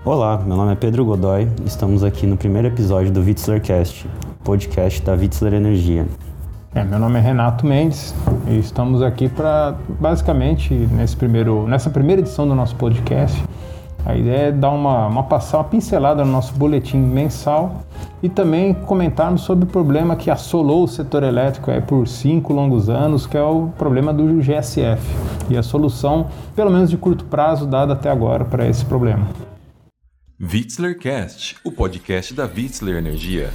Olá, meu nome é Pedro Godoy e estamos aqui no primeiro episódio do Vitzlercast, podcast da Vitzler Energia. Meu nome é Renato Mendes e estamos aqui para, basicamente, nessa primeira edição do nosso podcast, a ideia é dar uma pincelada no nosso boletim mensal e também comentarmos sobre o problema que assolou o setor elétrico por 5 longos anos, que é o problema do GSF e a solução, pelo menos de curto prazo, dada até agora para esse problema. Vitzlercast, o podcast da Vitzler Energia.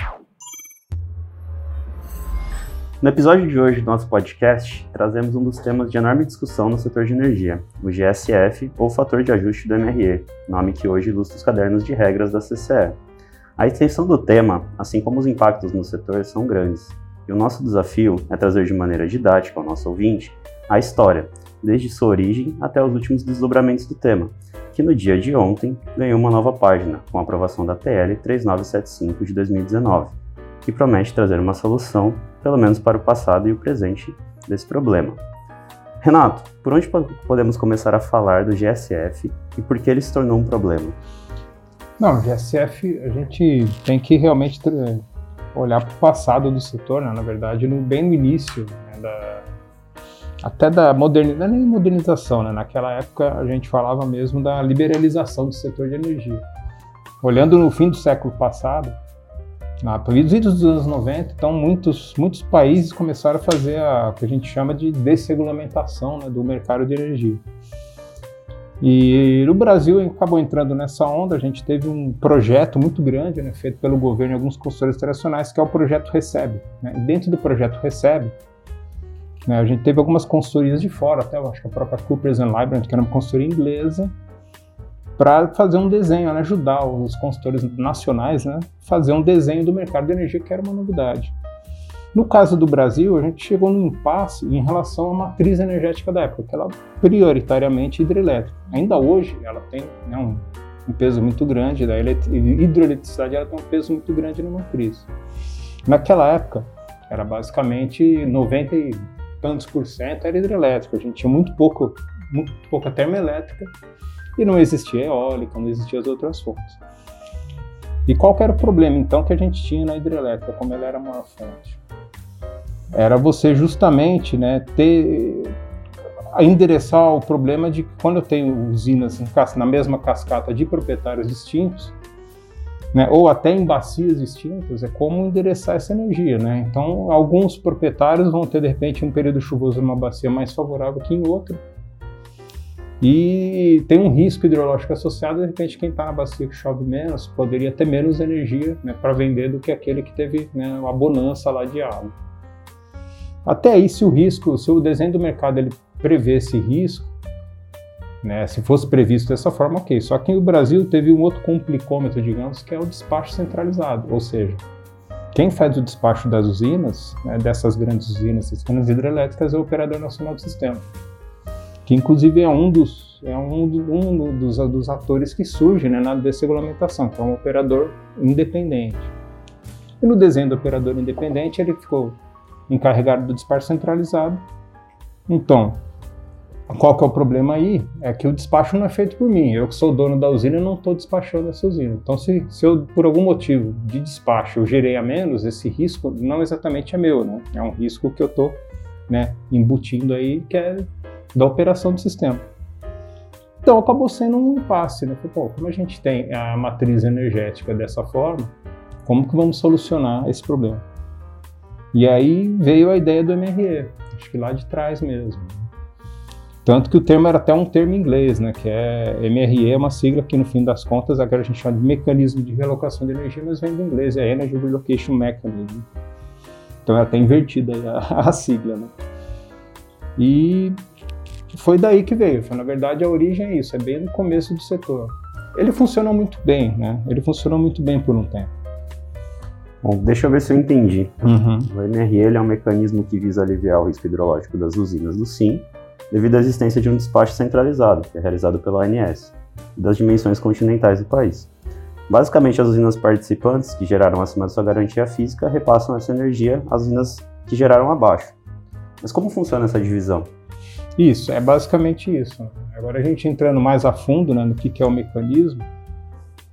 No episódio de hoje do nosso podcast, trazemos um dos temas de enorme discussão no setor de energia, o GSF, ou Fator de Ajuste do MRE, nome que hoje ilustra os cadernos de regras da CCE. A extensão do tema, assim como os impactos no setor, são grandes, e o nosso desafio é trazer de maneira didática ao nosso ouvinte a história, desde sua origem até os últimos desdobramentos do tema, que no dia de ontem ganhou uma nova página, com a aprovação da PL 3975 de 2019, que promete trazer uma solução, pelo menos para o passado e o presente, desse problema. Renato, por onde podemos começar a falar do GSF e por que ele se tornou um problema? Não, o GSF, a gente tem que realmente olhar para o passado do setor, né? Na verdade, bem no início, né, até da modernização, nem modernização, né? Naquela época a gente falava mesmo da liberalização do setor de energia. Olhando no fim do século passado, nos idos dos anos 90, então muitos países começaram a fazer o que a gente chama de desregulamentação, né, do mercado de energia. E o Brasil acabou entrando nessa onda. A gente teve um projeto muito grande, né, feito pelo governo e alguns consultores internacionais, que é o projeto RECEB, né? E dentro do projeto RECEB, né, a gente teve algumas consultorias de fora, até eu acho que a própria Coopers & Lybrand, que era uma consultoria inglesa, para fazer um desenho, né, ajudar os consultores nacionais, né, fazer um desenho do mercado de energia, que era uma novidade. No caso do Brasil, a gente chegou num impasse em relação à matriz energética da época, que ela prioritariamente hidrelétrica. Ainda hoje, ela tem, né, um peso muito grande, da hidroeletricidade ela tem um peso muito grande na matriz. Naquela época, era basicamente 90 e tantos por cento era hidrelétrica, a gente tinha muito pouca termoelétrica e não existia eólica, não existiam as outras fontes. E qual que era o problema então que a gente tinha na hidrelétrica, como ela era a maior fonte? Era você justamente, né, endereçar o problema de que quando eu tenho usinas na mesma cascata de proprietários distintos, né, ou até em bacias distintas, é como endereçar essa energia, né? Então, alguns proprietários vão ter, de repente, um período chuvoso numa bacia mais favorável que em outra, e tem um risco hidrológico associado. De repente, quem está na bacia que chove menos poderia ter menos energia, né, para vender do que aquele que teve, né, uma bonança lá de água. Até aí, se o desenho do mercado ele prevê esse risco, né, se fosse previsto dessa forma, ok. Só que o Brasil teve um outro complicômetro, digamos, que é o despacho centralizado, ou seja, quem faz o despacho das usinas, né, dessas grandes usinas, as grandes hidrelétricas, é o Operador Nacional do Sistema, que inclusive é um dos atores que surge, né, na desregulamentação, que é um operador independente. E no desenho do operador independente, ele ficou encarregado do despacho centralizado. Então, qual que é o problema aí? É que o despacho não é feito por mim. Eu que sou dono da usina e não estou despachando essa usina. Então, se eu, por algum motivo de despacho, eu gerei a menos, esse risco não exatamente é meu, né? É um risco que eu estou, né, embutindo aí, que é da operação do sistema. Então, acabou sendo um impasse, né? Como a gente tem a matriz energética dessa forma, como que vamos solucionar esse problema? E aí veio a ideia do MRE, acho que lá de trás mesmo. Tanto que o termo era até um termo em inglês, né, que é MRE, é uma sigla que no fim das contas agora a gente chama de Mecanismo de Realocação de Energia, mas vem do inglês, é Energy Relocation Mechanism. Então é até invertida a sigla, né. E foi daí que veio. Na verdade, a origem é isso, é bem no começo do setor. Ele funcionou muito bem, né, ele funcionou muito bem por um tempo. Bom, deixa eu ver se eu entendi. Uhum. O MRE ele é um mecanismo que visa aliviar o risco hidrológico das usinas do SIM, devido à existência de um despacho centralizado, que é realizado pela ANS, das dimensões continentais do país. Basicamente, as usinas participantes que geraram acima da sua garantia física repassam essa energia às usinas que geraram abaixo. Mas como funciona essa divisão? Isso, é basicamente isso. Agora a gente entrando mais a fundo, né, no que é o mecanismo,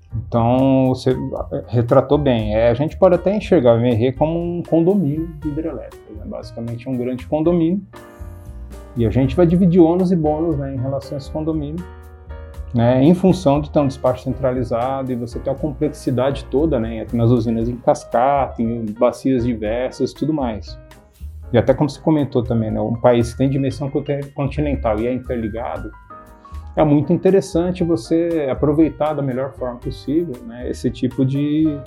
Então, você retratou bem. A gente pode até enxergar o MRE como um condomínio de hidrelétrica, né? Basicamente é um grande condomínio, e a gente vai dividir ônus e bônus, né, em relação a esse condomínio, né, em função de ter um despacho centralizado e você ter a complexidade toda, né, nas usinas em cascata, em bacias diversas e tudo mais. E até como você comentou também, né, um país que tem dimensão continental e é interligado, é muito interessante você aproveitar da melhor forma possível, né, esse tipo de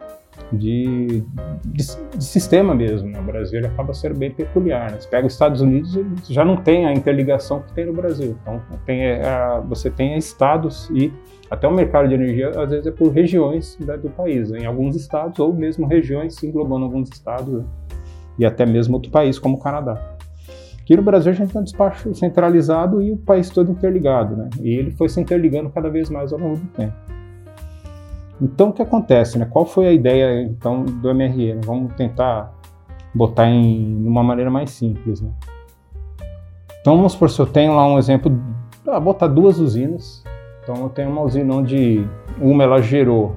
sistema mesmo, né? O Brasil ele acaba sendo bem peculiar, né? Você pega os Estados Unidos, eles já não tem a interligação que tem no Brasil. Então você tem estados e até o mercado de energia às vezes é por regiões, né, do país, né? Em alguns estados ou mesmo regiões englobando alguns estados, né? E até mesmo outro país como o Canadá. Aqui no Brasil a gente tem um despacho centralizado e o país todo interligado, né? E ele foi se interligando cada vez mais ao longo do tempo. Então, o que acontece, né? Qual foi a ideia, então, do MRE? Vamos tentar botar em uma maneira mais simples, né? Então, vamos supor, se eu tenho lá um exemplo, botar 2 usinas. Então, eu tenho uma usina onde uma ela gerou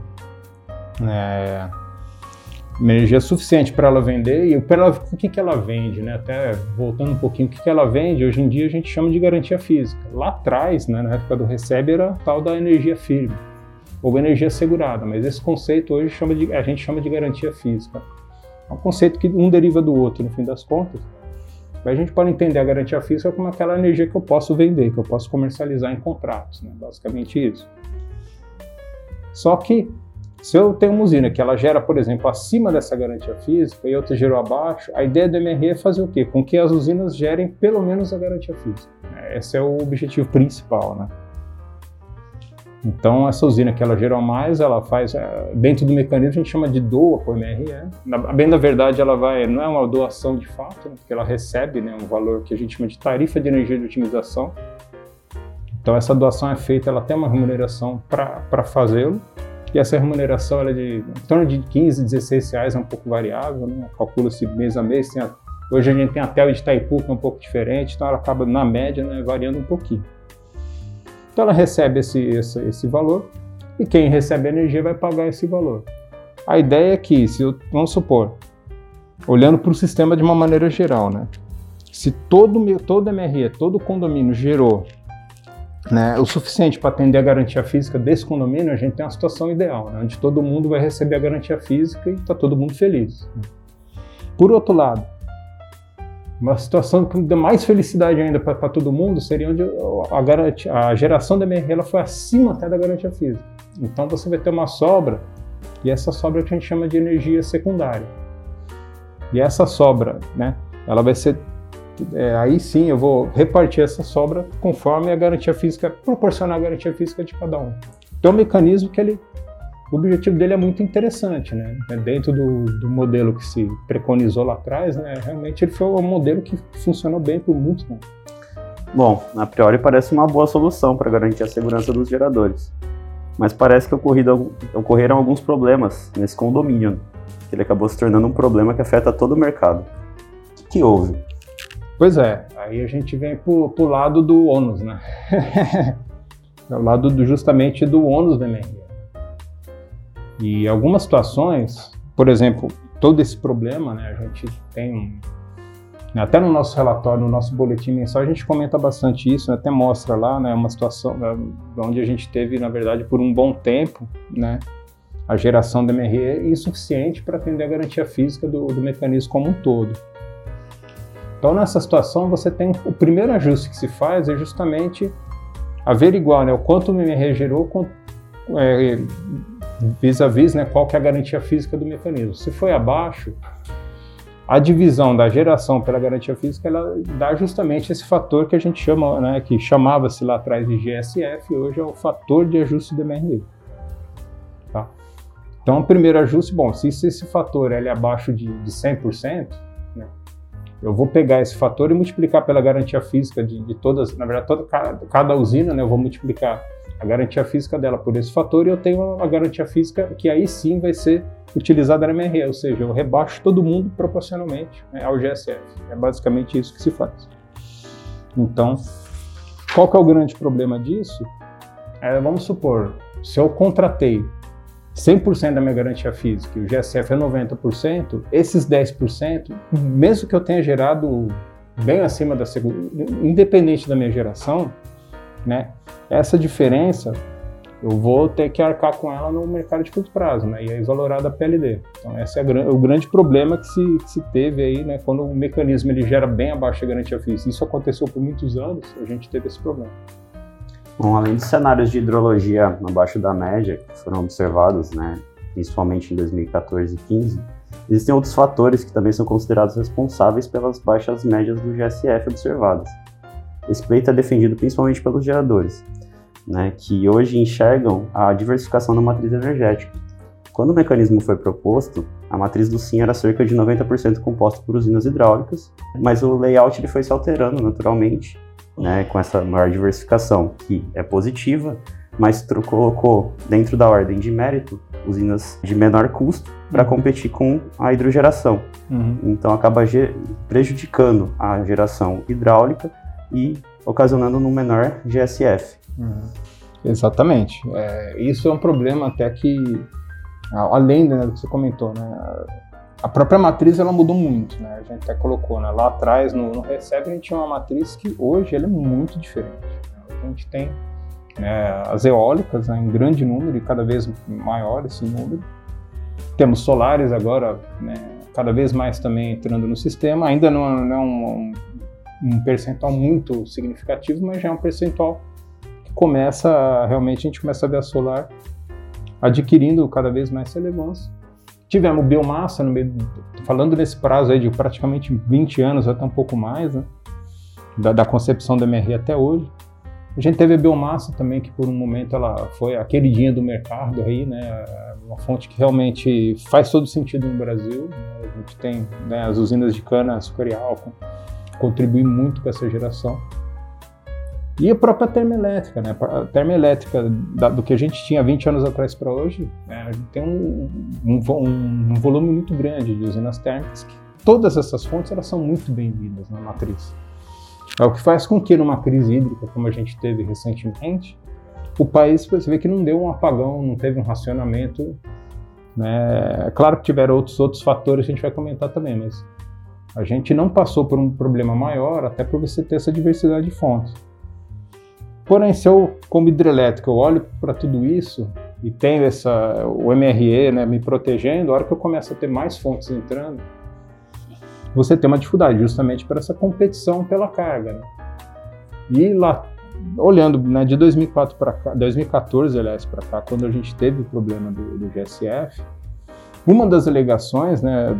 energia suficiente para ela vender, e o que ela vende, né? Até voltando um pouquinho, o que ela vende, hoje em dia a gente chama de garantia física. Lá atrás, né, na época do RECEB, era a tal da energia firme, ou energia assegurada, mas esse conceito hoje a gente chama de garantia física. É um conceito que um deriva do outro, no fim das contas. Mas a gente pode entender a garantia física como aquela energia que eu posso vender, que eu posso comercializar em contratos, né? Basicamente isso. Só que, se eu tenho uma usina que ela gera, por exemplo, acima dessa garantia física e outra gerou abaixo, a ideia do MRE é fazer o quê? Com que as usinas gerem pelo menos a garantia física. Esse é o objetivo principal, né? Então, essa usina que ela gerou mais, ela faz, dentro do mecanismo a gente chama de doa por MRE. Bem na verdade, ela não é uma doação de fato, né, porque ela recebe, né, um valor que a gente chama de tarifa de energia de otimização. Então, essa doação é feita, ela tem uma remuneração para fazê-lo, e essa remuneração ela é em torno de 15, 16 reais, é um pouco variável, né? Calcula-se mês a mês. Hoje a gente tem até o de Itaipu, que é um pouco diferente, então ela acaba, na média, né, variando um pouquinho. Então ela recebe esse valor, e quem recebe a energia vai pagar esse valor. A ideia é que, vamos supor, olhando para o sistema de uma maneira geral, né, se todo MRE, todo condomínio gerou, né, o suficiente para atender a garantia física desse condomínio, a gente tem uma situação ideal, né, onde todo mundo vai receber a garantia física e está todo mundo feliz. Por outro lado, uma situação que dá mais felicidade ainda para todo mundo seria onde a geração da MRE ela foi acima até da garantia física. Então você vai ter uma sobra, e essa sobra é que a gente chama de energia secundária. E essa sobra, né, ela vai ser... aí sim eu vou repartir essa sobra conforme a garantia física, proporcionar a garantia física de cada um. Então é um mecanismo que o objetivo dele é muito interessante, né? Dentro do modelo que se preconizou lá atrás, né? Realmente ele foi um modelo que funcionou bem por muito tempo. Bom, a priori parece uma boa solução para garantir a segurança dos geradores, mas parece que ocorreram alguns problemas nesse condomínio, que ele acabou se tornando um problema que afeta todo o mercado. O que houve? Pois é, aí a gente vem pro lado do ônus, né? É o lado justamente do ônus da MRE. E algumas situações, por exemplo, todo esse problema, né, a gente tem, até no nosso relatório, no nosso boletim mensal, a gente comenta bastante isso, né, até mostra lá, né, uma situação onde a gente teve, na verdade, por um bom tempo, né, a geração da MRE insuficiente para atender a garantia física do mecanismo como um todo. Então, nessa situação, você tem o primeiro ajuste que se faz é justamente averiguar, né, o quanto o MRE gerou vis-a-vis, né, qual que é a garantia física do mecanismo. Se foi abaixo, a divisão da geração pela garantia física ela dá justamente esse fator que a gente chama, né, que chamava-se lá atrás de GSF, hoje é o fator de ajuste do MRE. Tá? Então, o primeiro ajuste, bom, se esse fator é abaixo de 100%, né, eu vou pegar esse fator e multiplicar pela garantia física de todas, na verdade, cada usina, né, eu vou multiplicar a garantia física dela por esse fator e eu tenho uma garantia física que aí sim vai ser utilizada na MRE, ou seja, eu rebaixo todo mundo proporcionalmente, né, ao GSF. É basicamente isso que se faz. Então, qual que é o grande problema disso? Vamos supor, se eu contratei 100% da minha garantia física e o GSF é 90%, esses 10%, mesmo que eu tenha gerado bem acima da segurança, independente da minha geração, né, essa diferença eu vou ter que arcar com ela no mercado de curto prazo, né, e aí valorada a PLD. Então esse é o grande problema que se teve aí, né, quando o mecanismo ele gera bem abaixo da garantia física. Isso aconteceu por muitos anos, a gente teve esse problema. Bom, além dos cenários de hidrologia abaixo da média, que foram observados, né, principalmente em 2014 e 2015, existem outros fatores que também são considerados responsáveis pelas baixas médias do GSF observadas. Esse pleito é defendido principalmente pelos geradores, né, que hoje enxergam a diversificação da matriz energética. Quando o mecanismo foi proposto, a matriz do SIM era cerca de 90% composta por usinas hidráulicas, mas o layout ele foi se alterando naturalmente, né, com essa maior diversificação, que é positiva, mas colocou dentro da ordem de mérito usinas de menor custo para competir com a hidrogeração. Então acaba prejudicando a geração hidráulica e ocasionando um menor GSF. Exatamente. Isso é um problema até que, além, né, do que você comentou, né, a própria matriz ela mudou muito, né? A gente até colocou, né, lá atrás no Recebe a gente tinha uma matriz que hoje ela é muito diferente. Né? A gente tem, né, as eólicas, né, em grande número e cada vez maior esse número. Temos solares agora, né, cada vez mais também entrando no sistema. Ainda não é um percentual muito significativo, mas já é um percentual que realmente a gente começa a ver a solar adquirindo cada vez mais relevância. Tivemos biomassa no meio, falando nesse prazo aí de praticamente 20 anos, até um pouco mais, né, da concepção da MRE até hoje. A gente teve a biomassa também, que por um momento ela foi a queridinha do mercado aí, né, uma fonte que realmente faz todo sentido no Brasil. A gente tem, né, as usinas de cana, açúcar e álcool, contribuem muito com essa geração. E a própria termoelétrica, né? A termoelétrica do que a gente tinha 20 anos atrás para hoje, né, a gente tem um volume muito grande de usinas térmicas, que todas essas fontes elas são muito bem-vindas na matriz. É o que faz com que numa crise hídrica, como a gente teve recentemente, o país, você vê que não deu um apagão, não teve um racionamento, né? É claro que tiveram outros fatores que a gente vai comentar também, mas a gente não passou por um problema maior, até por você ter essa diversidade de fontes. Porém, se eu, como hidrelétrica, eu olho para tudo isso e tenho o MRE, né, me protegendo, a hora que eu começo a ter mais fontes entrando, você tem uma dificuldade, justamente por essa competição pela carga. Né? E lá, olhando, né, de 2004 para cá, 2014, aliás, para cá, quando a gente teve o problema do GSF, uma das alegações, né,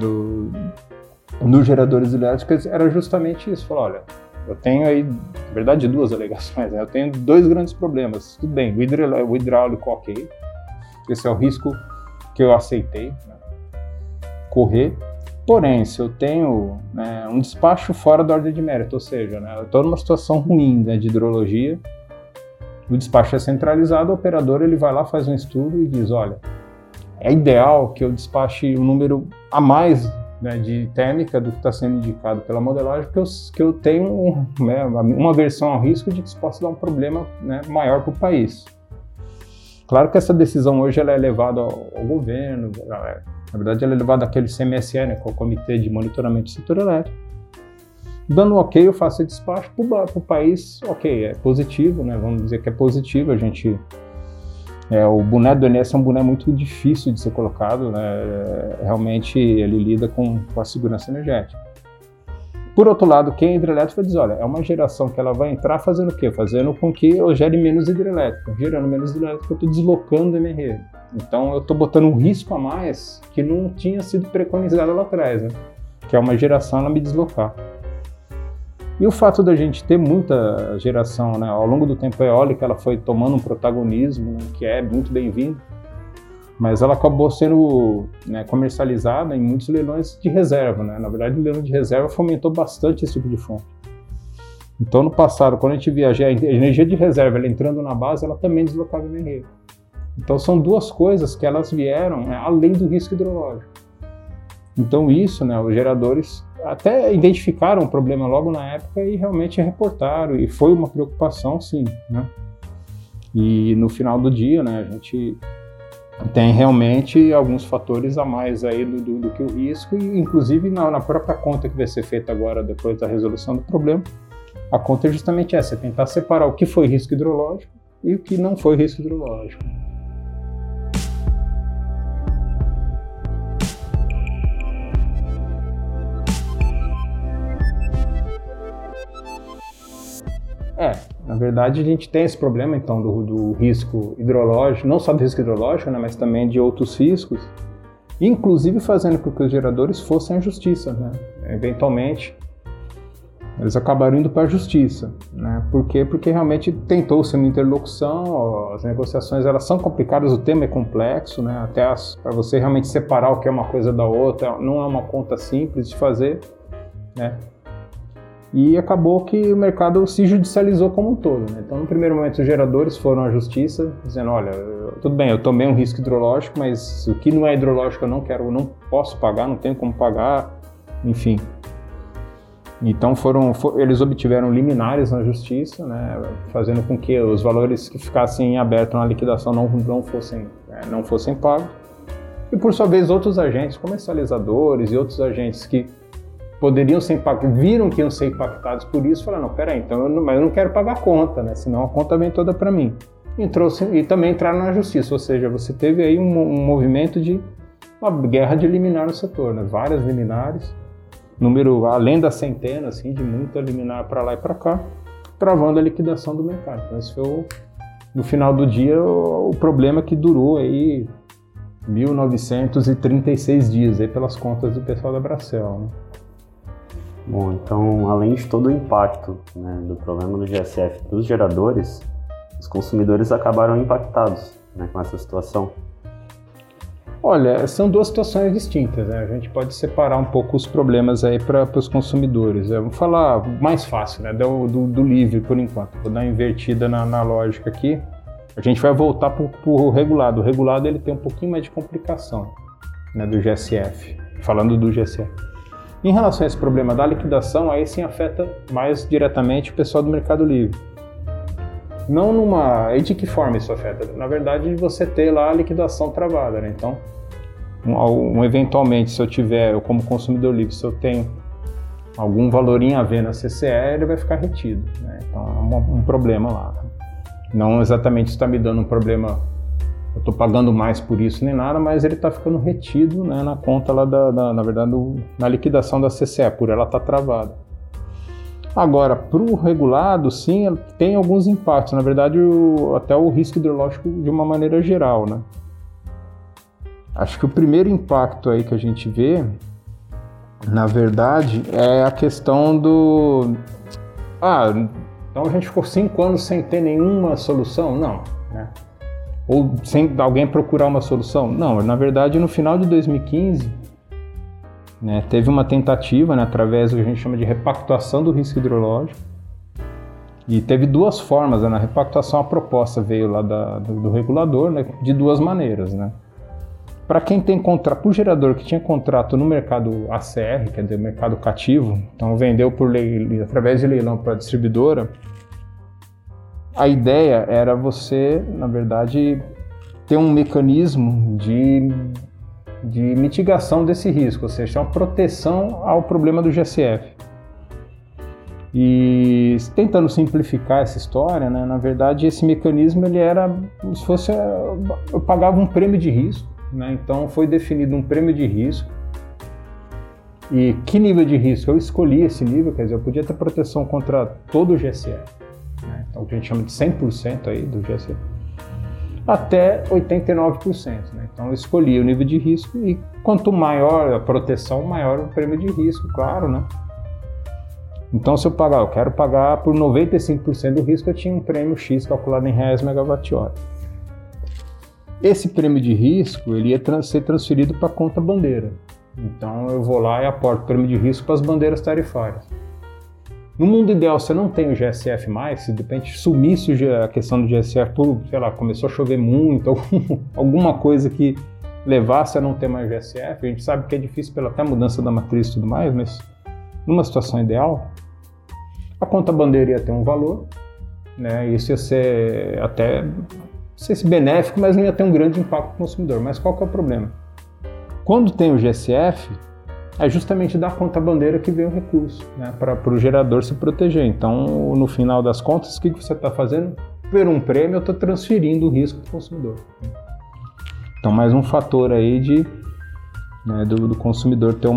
dos geradores elétricos era justamente isso. Falar, olha, eu tenho aí, na verdade, duas alegações, né? Eu tenho dois grandes problemas. Tudo bem, o hidráulico, ok. Esse é o risco que eu aceitei, né, correr. Porém, se eu tenho, né, um despacho fora da ordem de mérito, ou seja, né, eu estou numa situação ruim, né, de hidrologia, o despacho é centralizado, o operador ele vai lá, faz um estudo e diz, olha, é ideal que eu despache um número a mais, né, de térmica do que está sendo indicado pela modelagem, porque eu tenho, né, uma aversão ao risco de que isso possa dar um problema, né, maior para o país. Claro que essa decisão hoje ela é levada ao governo, na verdade ela é levada àquele CMSE, né, que é o Comitê de Monitoramento do Setor Elétrico. Dando ok, eu faço esse despacho para o país, ok, é positivo, né, vamos dizer que é positivo, a gente... o boné do ENS é um boné muito difícil de ser colocado, né? Realmente ele lida com a segurança energética. Por outro lado, quem é hidrelétrico diz, olha, é uma geração que ela vai entrar fazendo o quê? Fazendo com que eu gere menos hidrelétrica. Gerando menos hidrelétrica, eu estou deslocando o MRE. Então eu estou botando um risco a mais que não tinha sido preconizado lá atrás, né? Que é uma geração ela me deslocar. E o fato da gente ter muita geração, né, ao longo do tempo a eólica ela foi tomando um protagonismo, né, que é muito bem-vindo, mas ela acabou sendo, né, comercializada em muitos leilões de reserva. Né? Na verdade, o leilão de reserva fomentou bastante esse tipo de fonte. Então, no passado, quando a gente via a energia de reserva ela entrando na base, ela também deslocava a energia. Então, são duas coisas que elas vieram, né, além do risco hidrológico. Então, isso, né, os geradores até identificaram o problema logo na época e realmente reportaram, e foi uma preocupação, sim, né? E no final do dia, né, a gente tem realmente alguns fatores a mais aí do que o risco, e inclusive na própria conta que vai ser feita agora depois da resolução do problema, a conta é justamente essa, é tentar separar o que foi risco hidrológico e o que não foi risco hidrológico. Na verdade a gente tem esse problema então do risco hidrológico, não só do risco hidrológico, né, mas também de outros riscos, inclusive fazendo com que os geradores fossem à justiça, né? Eventualmente eles acabaram indo para a justiça, né? Por quê? Porque realmente tentou-se uma interlocução, as negociações elas são complicadas, o tema é complexo, né? Até para você realmente separar o que é uma coisa da outra, não é uma conta simples de fazer, né? E acabou que o mercado se judicializou como um todo, né? Então, no primeiro momento, os geradores foram à justiça, dizendo, olha, tudo bem, eu tomei um risco hidrológico, mas o que não é hidrológico eu não posso pagar, não tenho como pagar, enfim. Então, eles obtiveram liminares na justiça, né? Fazendo com que os valores que ficassem abertos na liquidação não fossem pagos. E, por sua vez, outros agentes, comercializadores e outros agentes que poderiam ser impactados, viram que iam ser impactados por isso, falaram, não, peraí, então mas eu não quero pagar a conta, né? Senão a conta vem toda para mim. E também entraram na justiça, ou seja, você teve aí um movimento de uma guerra de liminar no setor, né? Várias liminares, número além das centenas, assim, de muita liminar para lá e para cá, travando a liquidação do mercado. Então esse foi, no final do dia, o problema que durou aí 1936 dias, aí pelas contas do pessoal da Bracel, né? Bom, então, além de todo o impacto, né, do problema do GSF para os geradores, os consumidores acabaram impactados, né, com essa situação. Olha, são duas situações distintas, né? A gente pode separar um pouco os problemas aí para os consumidores. Vamos falar mais fácil, né, do livre por enquanto. Vou dar uma invertida na lógica aqui. A gente vai voltar para o regulado. O regulado ele tem um pouquinho mais de complicação, né, do GSF, falando do GSF. Em relação a esse problema da liquidação, aí sim afeta mais diretamente o pessoal do Mercado Livre. E de que forma isso afeta? Na verdade, você ter lá a liquidação travada, né? Então, eventualmente, se eu como consumidor livre, se eu tenho algum valorinho a ver na CCE, ele vai ficar retido, né? Então, é um problema lá. Não exatamente está me dando um problema, eu estou pagando mais por isso nem nada, mas ele está ficando retido, né, na conta lá na verdade, na liquidação da CCE, por ela estar travada. Agora, para o regulado, sim, tem alguns impactos, na verdade, até o risco hidrológico de uma maneira geral, né? Acho que o primeiro impacto aí que a gente vê, na verdade, é a questão então a gente ficou 5 anos sem ter nenhuma solução? Não, né? Ou sem alguém procurar uma solução? Não, na verdade, no final de 2015, né, teve uma tentativa, né, através do que a gente chama de repactuação do risco hidrológico, e teve duas formas, né, na repactuação a proposta veio lá do regulador, né, de duas maneiras, né. Para quem tem contrato, para o gerador que tinha contrato no mercado ACR, quer dizer, mercado cativo, então vendeu através de leilão para a distribuidora, a ideia era você, na verdade, ter um mecanismo de mitigação desse risco, ou seja, uma proteção ao problema do GSF. E tentando simplificar essa história, né, na verdade, esse mecanismo ele era como se fosse, eu pagava um prêmio de risco, né, então foi definido um prêmio de risco. E que nível de risco? Eu escolhi esse nível, quer dizer, eu podia ter proteção contra todo o GSF. Então, o que a gente chama de 100% aí do GSF, até 89%. Né? Então, eu escolhi o nível de risco e quanto maior a proteção, maior o prêmio de risco, claro, né? Então, se eu quero pagar por 95% do risco, eu tinha um prêmio X calculado em R$1/MWh. Esse prêmio de risco, ele ia ser transferido para a conta bandeira. Então, eu vou lá e aporto o prêmio de risco para as bandeiras tarifárias. No mundo ideal, você não tem o GSF mais, se de repente sumisse a questão do GSF, começou a chover muito, alguma coisa que levasse a não ter mais GSF, a gente sabe que é difícil pela até mudança da matriz e tudo mais, mas numa situação ideal, a conta bandeira ia ter um valor né? Isso ia ser até benéfico, mas não ia ter um grande impacto no consumidor. Mas qual que é o problema? Quando tem o GSF, é justamente da conta bandeira que vem o recurso, né? Para o gerador se proteger. Então, no final das contas, o que você está fazendo? Por um prêmio, eu estou transferindo o risco para o consumidor. Então, mais um fator aí do consumidor ter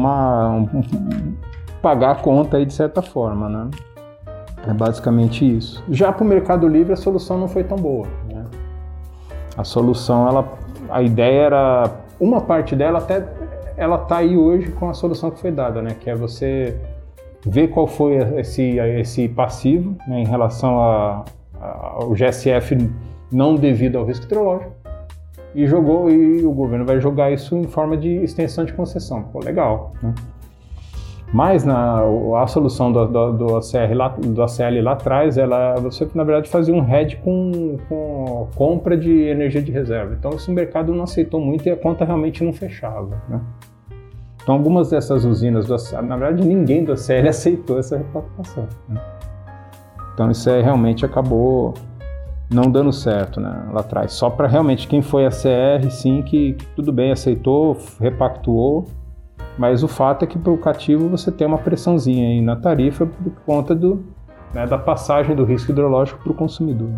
pagar a conta aí de certa forma, né? É basicamente isso. Já para o Mercado Livre, a solução não foi tão boa, né? A solução, a ideia era, uma parte dela até, ela está aí hoje com a solução que foi dada, né? Que é você ver qual foi esse passivo, né, em relação ao GSF não devido ao risco hidrológico, e o governo vai jogar isso em forma de extensão de concessão. Pô, legal, né? Mas a solução do ACL lá atrás, você na verdade fazia um hedge com compra de energia de reserva. Então isso o mercado não aceitou muito e a conta realmente não fechava, né? Então algumas dessas usinas do ACL, na verdade ninguém do ACL aceitou essa repactuação, né? Então isso realmente acabou não dando certo, né, lá atrás. Só para realmente quem foi a CR, sim, que tudo bem, aceitou, repactuou. Mas o fato é que para o cativo você tem uma pressãozinha aí na tarifa por conta da passagem do risco hidrológico para o consumidor.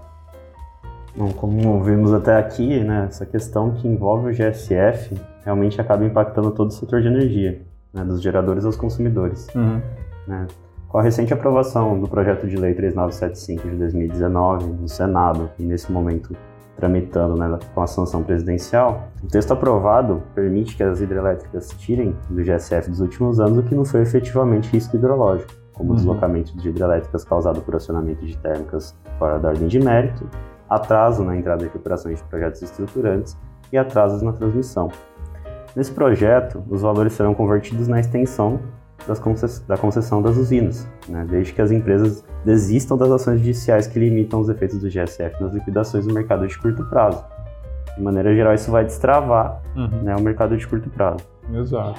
Bom, como vimos até aqui, né, essa questão que envolve o GSF realmente acaba impactando todo o setor de energia, né, dos geradores aos consumidores. Uhum. Né. Com a recente aprovação do projeto de lei 3975 de 2019 no Senado, e nesse momento tramitando, né, com a sanção presidencial, o texto aprovado permite que as hidrelétricas tirem do GSF dos últimos anos o que não foi efetivamente risco hidrológico, como o deslocamento de hidrelétricas causado por acionamento de térmicas fora da ordem de mérito, atraso na entrada de operações de projetos estruturantes e atrasos na transmissão. Nesse projeto, os valores serão convertidos na extensão da concessão das usinas, né, desde que as empresas desistam das ações judiciais que limitam os efeitos do GSF nas liquidações do mercado de curto prazo. De maneira geral, isso vai destravar, né, o mercado de curto prazo. Exato.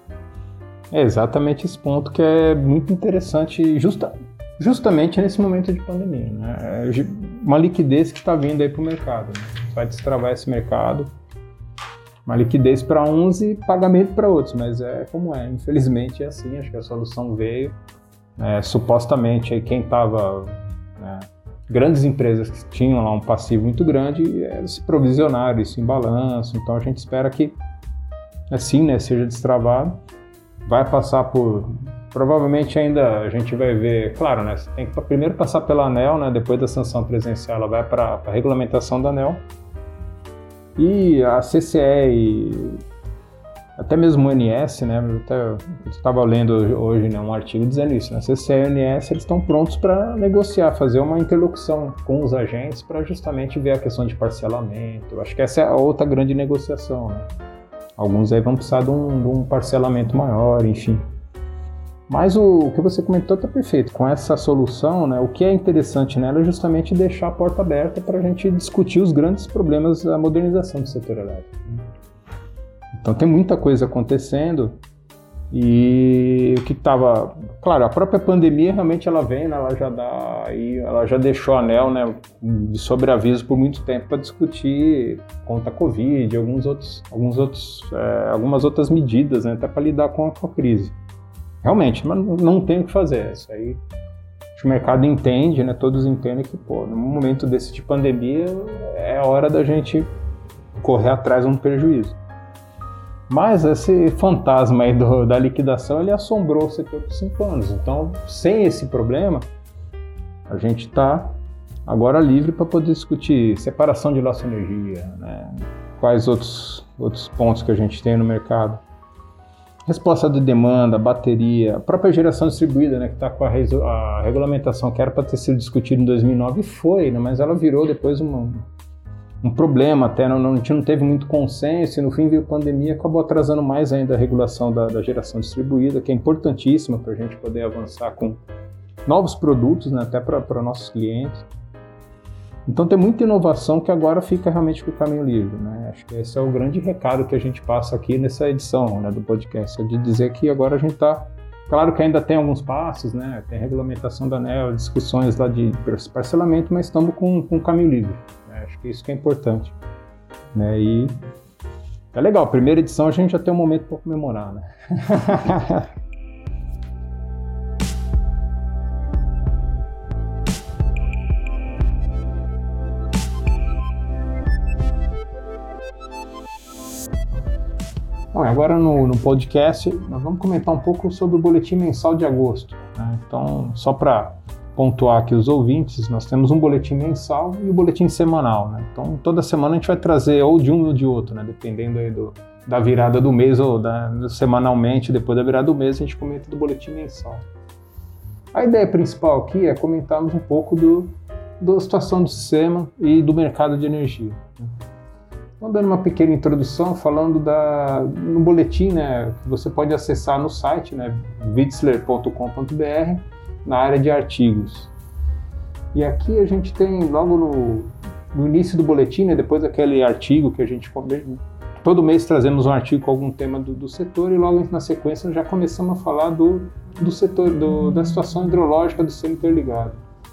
É exatamente esse ponto que é muito interessante, justamente nesse momento de pandemia, né? É uma liquidez que está vindo aí para o mercado, né? Vai destravar esse mercado. Uma liquidez para uns e pagamento para outros, mas é como é, infelizmente é assim. Acho que a solução veio, supostamente aí quem estava, né, grandes empresas que tinham lá um passivo muito grande, se provisionaram isso em balanço. Então a gente espera que assim, né, seja destravado, vai passar por, provavelmente ainda a gente vai ver, claro, né, você tem que primeiro passar pela ANEEL, né, depois da sanção presidencial ela vai para a regulamentação da ANEEL. E a CCE e até mesmo o ONS, né, eu estava lendo hoje, né, um artigo dizendo isso, né, a CCE e o ONS eles estão prontos para negociar, fazer uma interlocução com os agentes para justamente ver a questão de parcelamento. Eu acho que essa é a outra grande negociação, né? Alguns aí vão precisar de um parcelamento maior, enfim. Mas o que você comentou está perfeito. Com essa solução, né, o que é interessante nela é justamente deixar a porta aberta para a gente discutir os grandes problemas da modernização do setor elétrico. Então tem muita coisa acontecendo e o que estava... Claro, a própria pandemia realmente ela vem, né, ela já deixou a ANEEL, né, de sobreaviso por muito tempo para discutir contra a Covid, algumas outras medidas, né, até para lidar com a crise. Realmente, mas não tem o que fazer. Isso aí, acho que o mercado entende, né? Todos entendem que, no momento desse de pandemia, é hora da gente correr atrás de um prejuízo. Mas esse fantasma aí da liquidação, ele assombrou o setor por 5 anos. Então, sem esse problema, a gente está agora livre para poder discutir separação de laço de energia, né? Quais outros pontos que a gente tem no mercado. Resposta de demanda, bateria, a própria geração distribuída, né, que está com a regulamentação que era para ter sido discutida em 2009 foi, né, mas ela virou depois um problema, até a gente não teve muito consenso e no fim veio a pandemia e acabou atrasando mais ainda a regulação da geração distribuída, que é importantíssima para a gente poder avançar com novos produtos, né, até para nossos clientes. Então tem muita inovação que agora fica realmente com o caminho livre, né? Acho que esse é o grande recado que a gente passa aqui nessa edição, né, do podcast, é de dizer que agora a gente está Claro que ainda tem alguns passos, né? Tem regulamentação da ANEEL, discussões lá de parcelamento, mas estamos com um caminho livre. Né? Acho que isso que é importante. Né? E é legal, primeira edição a gente já tem um momento para comemorar, né? Bom, agora no podcast nós vamos comentar um pouco sobre o boletim mensal de agosto. Né? Então, só para pontuar aqui os ouvintes, nós temos um boletim mensal e o boletim semanal. Né? Então, toda semana a gente vai trazer ou de um ou de outro, né? Dependendo aí da virada do mês ou semanalmente, depois da virada do mês, a gente comenta do boletim mensal. A ideia principal aqui é comentarmos um pouco da situação do sistema e do mercado de energia. Né? Então, dando uma pequena introdução, falando no boletim, né, que você pode acessar no site, né, vitzler.com.br, na área de artigos. E aqui a gente tem, logo no início do boletim, né, depois daquele artigo que a gente... Todo mês trazemos um artigo com algum tema do setor e logo na sequência já começamos a falar do setor, da situação hidrológica do sistema interligado.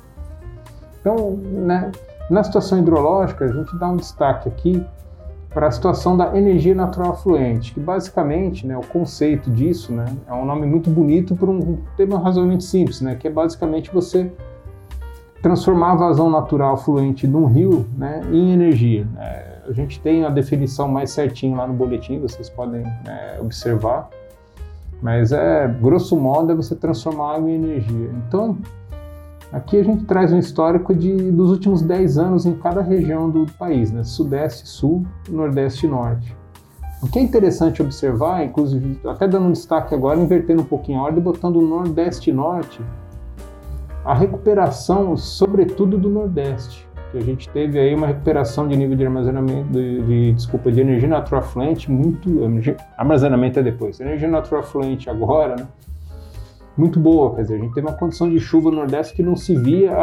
Então, né, na situação hidrológica, a gente dá um destaque aqui para a situação da energia natural fluente, que basicamente, né, o conceito disso, né, é um nome muito bonito para um tema razoavelmente simples, né, que é basicamente você transformar a vazão natural fluente de um rio, né, em energia. A gente tem a definição mais certinho lá no boletim, vocês podem observar, mas grosso modo é você transformar água em energia. Então, aqui a gente traz um histórico dos últimos 10 anos em cada região do país, né? Sudeste, Sul, Nordeste e Norte. O que é interessante observar, inclusive até dando um destaque agora, invertendo um pouquinho a ordem, botando o Nordeste e Norte, a recuperação, sobretudo do Nordeste, que a gente teve aí uma recuperação de nível de armazenamento, de energia natural fluente, armazenamento é depois, energia natural fluente agora, né? Muito boa, quer dizer, a gente teve uma condição de chuva no Nordeste que não se via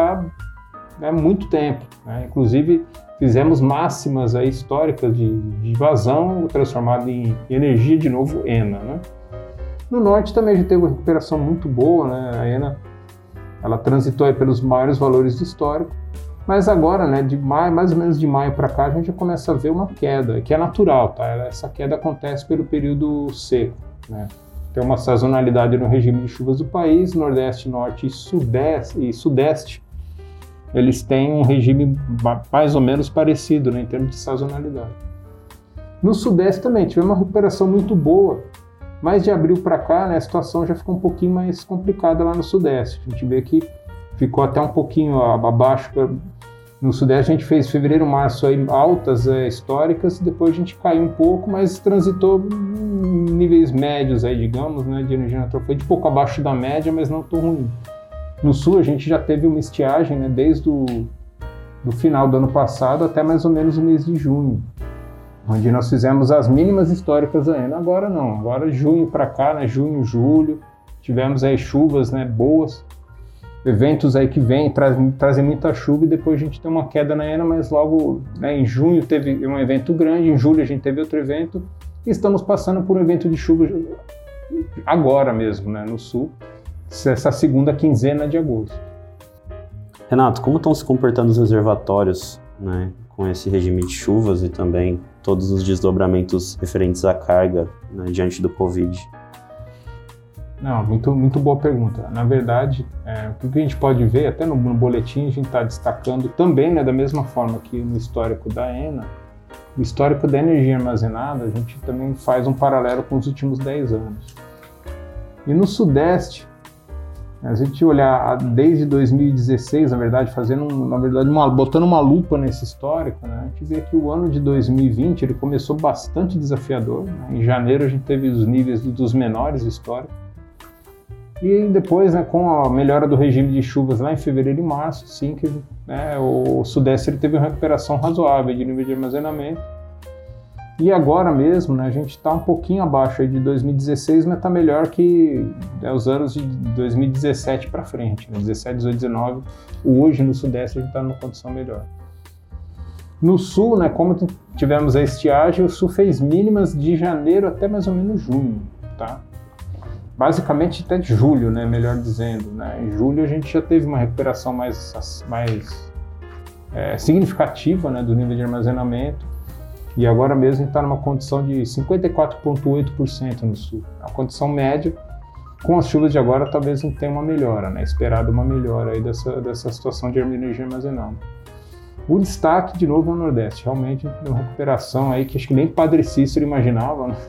há muito tempo, né? Inclusive fizemos máximas aí históricas de vazão transformada em energia de novo ENA, né? No Norte também a gente teve uma recuperação muito boa, né? A ENA ela transitou aí pelos maiores valores históricos, mas agora, né, mais ou menos de maio para cá a gente já começa a ver uma queda, que é natural, tá? Essa queda acontece pelo período seco, né? Tem uma sazonalidade no regime de chuvas do país, Nordeste, Norte e Sudeste, eles têm um regime mais ou menos parecido, né, em termos de sazonalidade. No Sudeste também tivemos uma recuperação muito boa, mas de abril para cá, né, a situação já ficou um pouquinho mais complicada lá no Sudeste. A gente vê que ficou até um pouquinho abaixo. No Sudeste a gente fez fevereiro, março aí, altas históricas, depois a gente caiu um pouco, mas transitou em níveis médios aí, digamos, né, de energia natural fluente, um pouco abaixo da média, mas não tão ruim. No Sul a gente já teve uma estiagem, né, desde o final do ano passado até mais ou menos o mês de junho, onde nós fizemos as mínimas históricas ainda. Agora não, agora junho para cá, né, junho, julho, tivemos aí chuvas, né, boas, eventos aí que trazem muita chuva e depois a gente tem uma queda na ENA, mas logo, né, em junho teve um evento grande, em julho a gente teve outro evento e estamos passando por um evento de chuva agora mesmo, né, no Sul, essa segunda quinzena de agosto. Renato, como estão se comportando os reservatórios, né, com esse regime de chuvas e também todos os desdobramentos referentes à carga, né, diante do Covid? Não, muito boa pergunta. Na verdade, o que a gente pode ver, até no boletim a gente está destacando também, né, da mesma forma que no histórico da ENA, o histórico da energia armazenada, a gente também faz um paralelo com os últimos 10 anos. E no Sudeste, a gente olhar desde 2016, na verdade, botando uma lupa nesse histórico, né, a gente vê que o ano de 2020 ele começou bastante desafiador, né? Em janeiro a gente teve os níveis dos menores históricos. E depois, né, com a melhora do regime de chuvas lá em fevereiro e março, sim, que, né, o Sudeste ele teve uma recuperação razoável de nível de armazenamento. E agora mesmo, né, a gente está um pouquinho abaixo aí de 2016, mas está melhor que os anos de 2017 para frente, né, 17, 18, 19. Hoje no Sudeste a gente está numa condição melhor. No Sul, né, como tivemos a estiagem, o Sul fez mínimas de janeiro até mais ou menos junho, tá? basicamente até de julho, né, melhor dizendo, né? Em julho a gente já teve uma recuperação mais significativa, né, do nível de armazenamento, e agora mesmo a gente está numa condição de 54,8% no sul. A condição média, com as chuvas de agora, talvez não tenha uma melhora, né? Esperado uma melhora aí dessa situação de energia armazenada. O destaque, de novo, é o Nordeste. Realmente, uma recuperação aí que acho que nem Padre Cícero imaginava, né?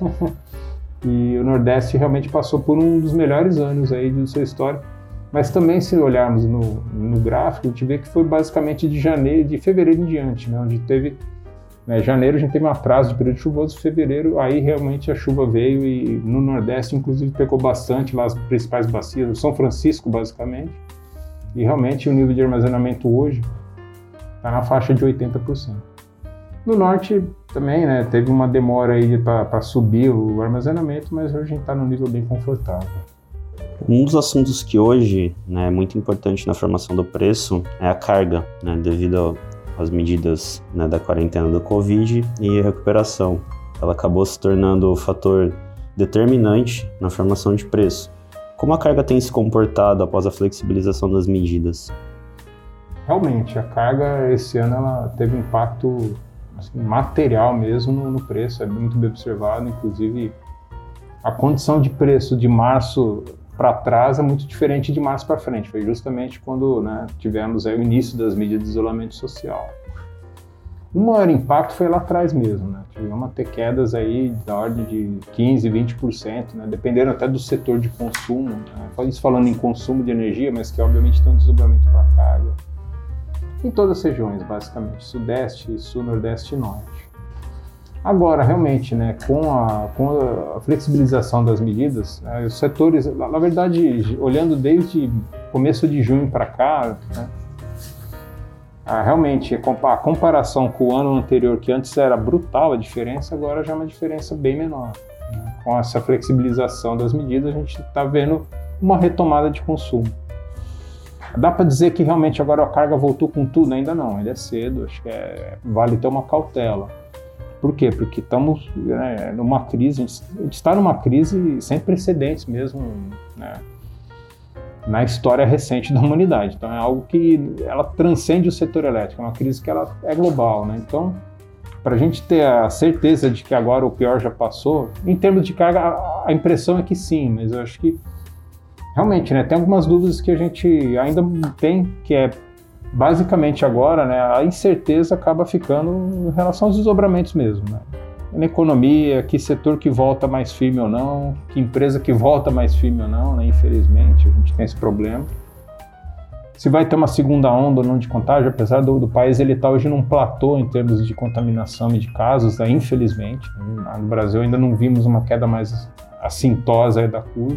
E o Nordeste realmente passou por um dos melhores anos aí de sua história. Mas também, se olharmos no gráfico, a gente vê que foi basicamente de fevereiro em diante, né? Onde teve, né, janeiro a gente teve um atraso de período chuvoso, fevereiro aí realmente a chuva veio e no Nordeste, inclusive, pegou bastante lá as principais bacias, o São Francisco, basicamente. E realmente o nível de armazenamento hoje está na faixa de 80%. No Norte também, né, teve uma demora aí para subir o armazenamento, mas hoje a gente está num nível bem confortável. Um dos assuntos que hoje, né, é muito importante na formação do preço é a carga, né, devido às medidas, né, da quarentena do Covid e a recuperação. Ela acabou se tornando o fator determinante na formação de preço. Como a carga tem se comportado após a flexibilização das medidas? Realmente, a carga esse ano ela teve um impacto assim, material mesmo no preço, é muito bem observado, inclusive a condição de preço de março para trás é muito diferente de março para frente, foi justamente quando, né, tivemos aí o início das medidas de isolamento social. O maior impacto foi lá atrás mesmo, né? Tivemos a ter quedas aí da ordem de 15%, 20%, né? Dependendo até do setor de consumo, né? Isso falando em consumo de energia, mas que obviamente tem um desdobramento para a carga. Em todas as regiões, basicamente, Sudeste, Sul, Nordeste e Norte. Agora, realmente, né, com a flexibilização das medidas, né, os setores, na verdade, olhando desde começo de junho para cá, né, realmente, a comparação com o ano anterior, que antes era brutal a diferença, agora já é uma diferença bem menor. Né? Com essa flexibilização das medidas, a gente está vendo uma retomada de consumo. Dá para dizer que realmente agora a carga voltou com tudo? Ainda não, ainda é cedo, acho que vale ter uma cautela. Por quê? Porque estamos, né, numa crise, a gente está numa crise sem precedentes mesmo, né, na história recente da humanidade. Então é algo que ela transcende o setor elétrico, é uma crise que ela é global, né? Então, para a gente ter a certeza de que agora o pior já passou, em termos de carga, a impressão é que sim, mas eu acho que realmente, né, tem algumas dúvidas que a gente ainda tem, que é basicamente agora, né, a incerteza acaba ficando em relação aos desdobramentos mesmo, né? Na economia, que setor que volta mais firme ou não, que empresa que volta mais firme ou não, né? Infelizmente a gente tem esse problema. Se vai ter uma segunda onda ou não de contágio, apesar do país ele está hoje num platô em termos de contaminação e de casos, né? Infelizmente. No Brasil ainda não vimos uma queda mais assintosa aí da curva.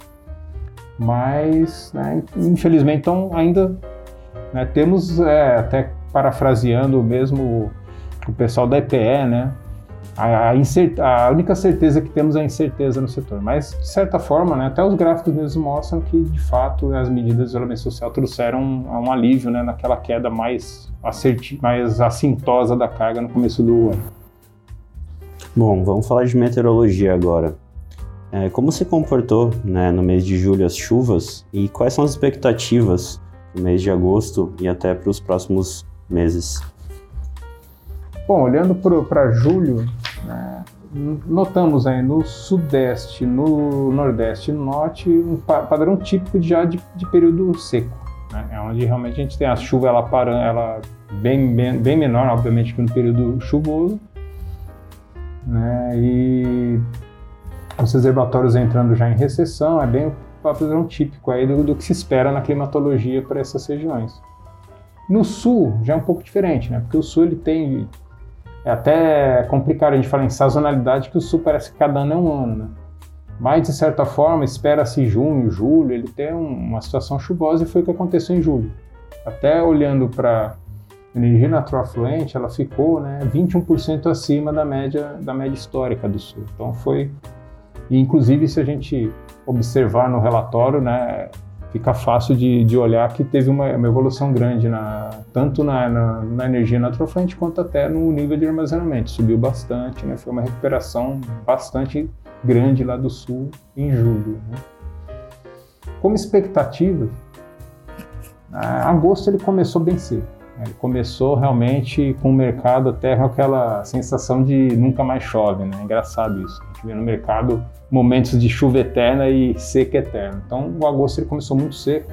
Mas, né, infelizmente, então, ainda, né, temos, até parafraseando mesmo o pessoal da EPE, né, a única certeza que temos é a incerteza no setor. Mas, de certa forma, né, até os gráficos mesmo mostram que, de fato, as medidas de isolamento social trouxeram um alívio, né, naquela queda mais assintosa da carga no começo do ano. Bom, vamos falar de meteorologia agora. Como se comportou, né, no mês de julho as chuvas e quais são as expectativas no mês de agosto e até para os próximos meses? Bom, olhando para julho, né, notamos aí no Sudeste, no Nordeste e no Norte um padrão típico já de período seco, né, é onde realmente a gente tem a chuva ela bem menor, obviamente, que no período chuvoso, né, e os reservatórios entrando já em recessão, é bem o padrão típico aí do que se espera na climatologia para essas regiões. No Sul já é um pouco diferente, né? Porque o Sul ele tem, é até complicado a gente falar em sazonalidade, que o Sul parece que cada ano é um ano, né? Mas de certa forma espera-se junho, julho, ele tem uma situação chuvosa e foi o que aconteceu em julho. Até olhando para energia natural fluente, ela ficou, né, 21% acima da média histórica do Sul. Então foi. E, inclusive, se a gente observar no relatório, né, fica fácil de olhar que teve uma evolução grande, tanto na energia natural fluente quanto até no nível de armazenamento. Subiu bastante, né, foi uma recuperação bastante grande lá do Sul em julho. Né. Como expectativa, agosto ele começou bem cedo. Ele começou realmente com o mercado até com aquela sensação de nunca mais chove, né? É engraçado isso. A gente vê no mercado momentos de chuva eterna e seca eterna. Então o agosto ele começou muito seco.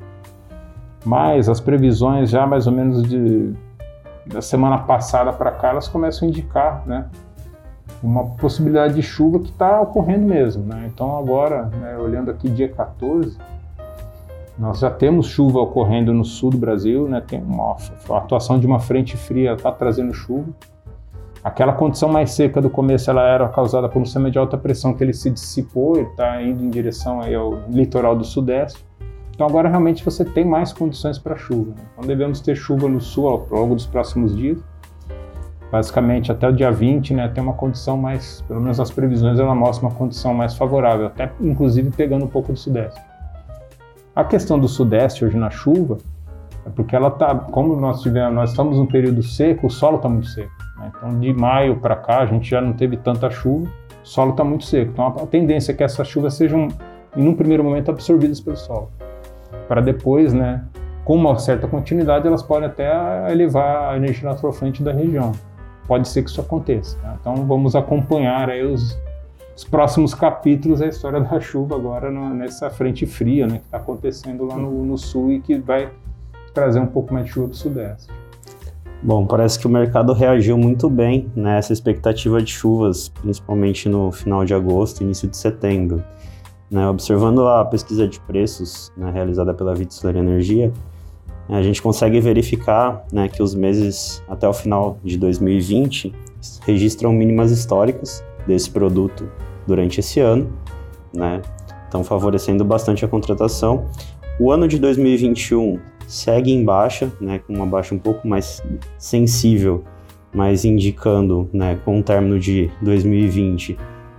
Mas as previsões já mais ou menos da semana passada para cá, elas começam a indicar, né, uma possibilidade de chuva que está ocorrendo mesmo, né? Então agora, né, olhando aqui dia 14, nós já temos chuva ocorrendo no sul do Brasil, né? Tem a atuação de uma frente fria está trazendo chuva. Aquela condição mais seca do começo ela era causada por um sistema de alta pressão que ele se dissipou, ele está indo em direção aí ao litoral do sudeste. Então agora realmente você tem mais condições para chuva, né? Então devemos ter chuva no sul ao longo dos próximos dias. Basicamente até o dia 20, né, tem uma condição mais, pelo menos as previsões ela mostra uma condição mais favorável, até inclusive pegando um pouco do sudeste. A questão do sudeste hoje na chuva é porque ela tá, como nós estamos num período seco, o solo está muito seco, né? Então de maio para cá a gente já não teve tanta chuva, o solo está muito seco. Então a tendência é que essas chuvas sejam, em um primeiro momento, absorvidas pelo solo, para depois, né, com uma certa continuidade, elas podem até elevar a energia natural fluente da região. Pode ser que isso aconteça, né? Então vamos acompanhar aí os próximos capítulos da história da chuva agora nessa frente fria, né, que está acontecendo lá no sul e que vai trazer um pouco mais de chuva do sudeste. Bom, parece que o mercado reagiu muito bem nessa expectativa de chuvas, principalmente no final de agosto e início de setembro. Né, observando a pesquisa de preços, né, realizada pela Vitzler Energia, a gente consegue verificar, né, que os meses até o final de 2020 registram mínimas históricas desse produto durante esse ano, né, então favorecendo bastante a contratação. O ano de 2021 segue em baixa, né, com uma baixa um pouco mais sensível, mas indicando, né, com o término de 2020,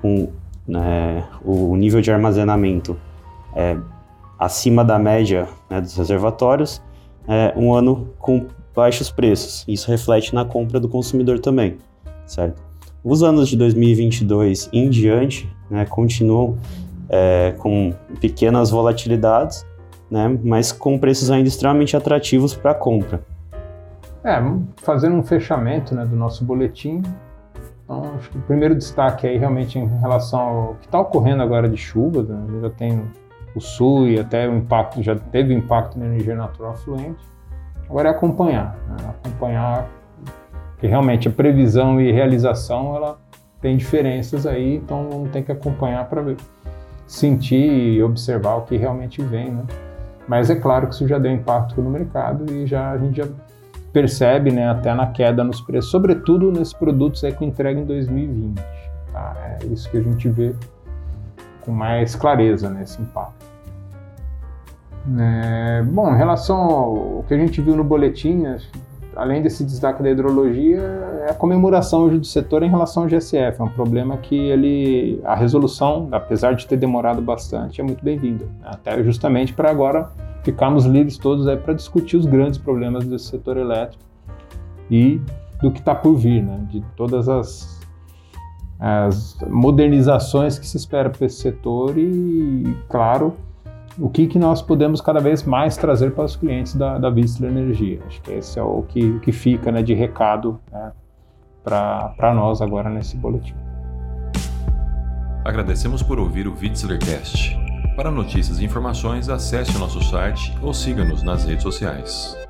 o nível de armazenamento acima da média, né, dos reservatórios, um ano com baixos preços. Isso reflete na compra do consumidor também, certo? Os anos de 2022 em diante, né, continuam com pequenas volatilidades, né, mas com preços ainda extremamente atrativos para a compra. Fazendo um fechamento, né, do nosso boletim, então, acho que o primeiro destaque aí realmente em relação ao que está ocorrendo agora de chuvas, né? Já tem o sul e até o impacto, já teve impacto na energia natural fluente. Agora é acompanhar, né? Acompanhar, porque realmente a previsão e realização ela tem diferenças aí, então vamos ter que acompanhar para sentir e observar o que realmente vem, né? Mas é claro que isso já deu impacto no mercado e a gente já percebe, né, até na queda nos preços, sobretudo nesses produtos com entrega em 2020. Tá? É isso que a gente vê com mais clareza, né, esse impacto. Bom, em relação ao que a gente viu no boletim, né, além desse destaque da hidrologia, é a comemoração hoje do setor em relação ao GSF. É um problema que a resolução, apesar de ter demorado bastante, é muito bem-vinda, né, até justamente para agora ficarmos livres todos para discutir os grandes problemas desse setor elétrico e do que está por vir, né? De todas as modernizações que se espera para esse setor e, claro, o que nós podemos cada vez mais trazer para os clientes da Vitzler Energia. Acho que esse é o que fica, né, de recado, né, para nós agora nesse boletim. Agradecemos por ouvir o VitzlerCast. Para notícias e informações, acesse o nosso site ou siga-nos nas redes sociais.